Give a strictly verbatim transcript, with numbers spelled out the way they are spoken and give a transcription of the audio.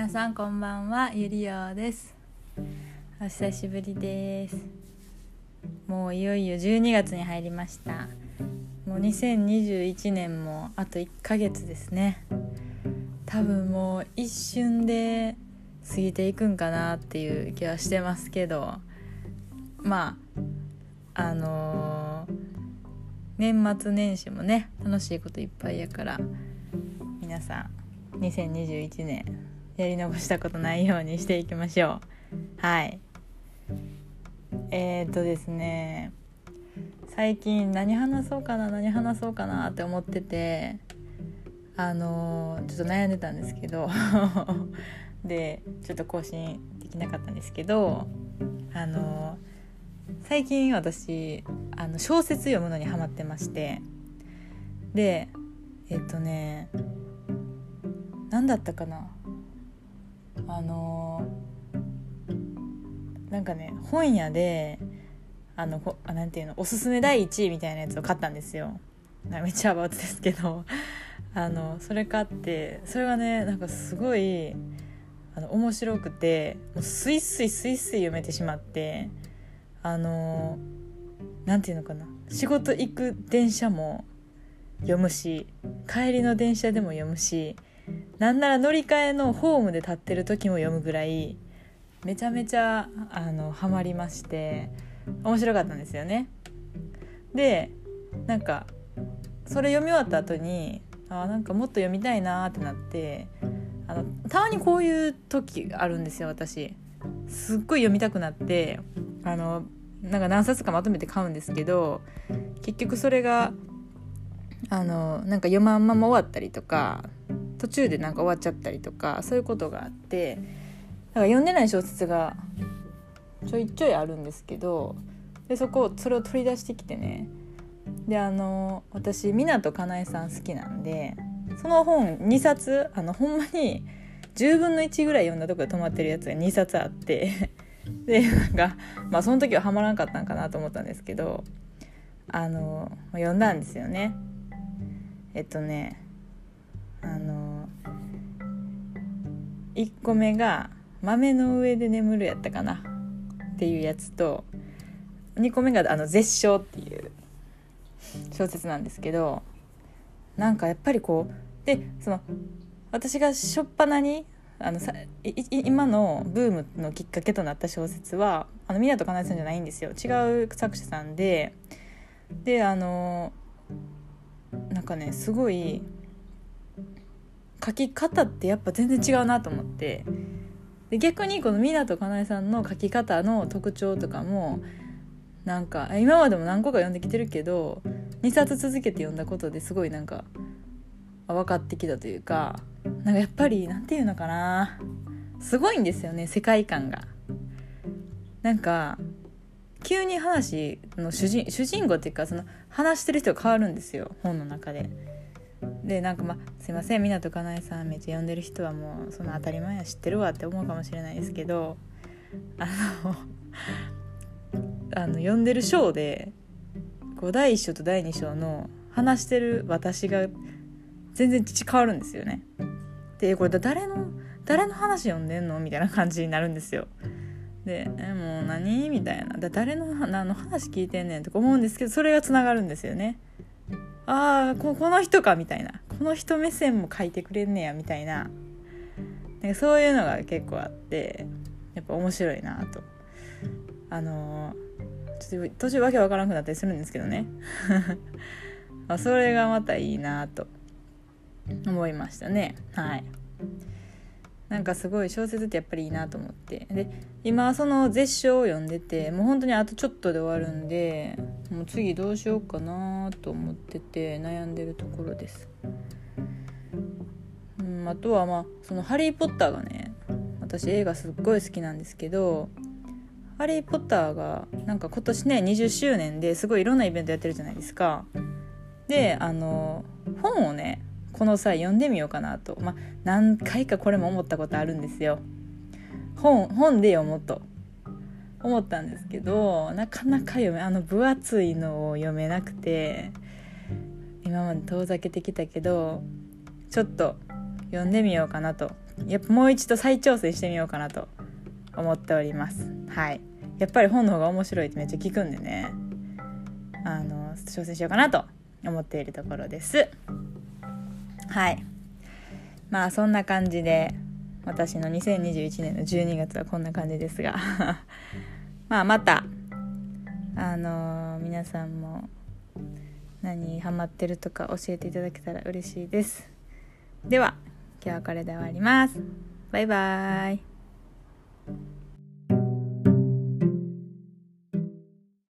さんこんばんは、ゆりようです。お久しぶりです。もういよいよじゅうにがつに入りました。もうにせんにじゅういちねんもあといっかげつですね。多分もう一瞬で過ぎていくんかなっていう気はしてますけど、まああのー、年末年始もね楽しいこといっぱいやから、皆さんにせんにじゅういちねんやり残したことないようにしていきましょう。はいえーっとですね最近何話そうかな何話そうかなって思ってて、あのー、ちょっと悩んでたんですけどでちょっと更新できなかったんですけど、あのー、最近私あの小説読むのにハマってまして、でえっとね何だったかなあのー、なんかね本屋であのあなんていうのおすすめだいいちいみたいなやつを買ったんですよ。めっちゃアバウトですけどあのそれ買って、それがねなんかすごいあの面白くて、もうスイスイスイスイ読めてしまって、あのー、なんていうのかな仕事行く電車も読むし、帰りの電車でも読むし、なんなら乗り換えのホームで立ってる時も読むぐらいめちゃめちゃあのハマりまして、面白かったんですよね。でなんかそれ読み終わった後にあなんかもっと読みたいなってなって、あのたまにこういう時あるんですよ。私すっごい読みたくなってあのなんか何冊かまとめて買うんですけど、結局それがあのなんか読まんまま終わったりとか、途中でなんか終わっちゃったりとか、そういうことがあって、だから読んでない小説がちょいちょいあるんですけど、でそこそれを取り出してきてね、であの私湊かなえさん好きなんで、その本にさつあのほんまにじゅうぶんのいちぐらい読んだとこで止まってるやつがにさつあってでなんかまあその時はハマらんかったんかなと思ったんですけど、あの読んだんですよね。えっとねあのいっこめが豆の上で眠るやったかなっていうやつと、にこめがあの絶唱っていう小説なんですけど、なんかやっぱりこうでその私が初っ端にあのさい今のブームのきっかけとなった小説はあの湊かなえさんじゃないんですよ。違う作者さんで、であのなんかねすごい書き方ってやっぱ全然違うなと思って、で逆にこの湊かなえさんの書き方の特徴とかもなんか今までも何個か読んできてるけどにさつ続けて読んだことですごいなんか分かってきたというか、なんかやっぱりなんていうのかな、すごいんですよね、世界観が。なんか急に話の主人主人公っていうかその話してる人が変わるんですよ、本の中で。でなんかまあすいません湊かなえさんめっちゃ読んでる人はもうその当たり前や知ってるわって思うかもしれないですけど、あのあの読んでる章でこうだいいっ章とだいに章の話してる私が全然変わるんですよね。でこれ誰の誰の話読んでんのみたいな感じになるんですよ。でえもう何みたいな、だ誰の何の話聞いてんねんとか思うんですけど、それがつながるんですよね。ああ こ, この人かみたいな、この人目線も書いてくれんねやみたいな、なんかそういうのが結構あって、やっぱ面白いなと。あのー、ちょっと途中わけわからなくなったりするんですけどねまあそれがまたいいなと思いましたね。はい、なんかすごい小説ってやっぱりいいなと思って、で今その絶唱を読んでて、もう本当にあとちょっとで終わるんで、もう次どうしようかなと思ってて悩んでるところです。うん、あとはまあそのハリーポッターがね、私映画すっごい好きなんですけど、ハリーポッターがなんか今年ねにじゅっしゅうねんですごいいろんなイベントやってるじゃないですか。であの本をねこの際読んでみようかなと、まあ、何回かこれも思ったことあるんですよ。本, 本で読もうと思ったんですけど、なかなか読めあの分厚いのを読めなくて、今まで遠ざけてきたけどちょっと読んでみようかなとやっぱもう一度再挑戦してみようかなと思っております。はい、やっぱり本の方が面白いってめっちゃ聞くんでね、あの挑戦しようかなと思っているところです。はい、まあそんな感じで私のにせんにじゅういちねんのじゅうにがつはこんな感じですがまあまたあのー、皆さんも何ハマってるとか教えていただけたら嬉しいです。では今日はこれで終わります。バイバーイ。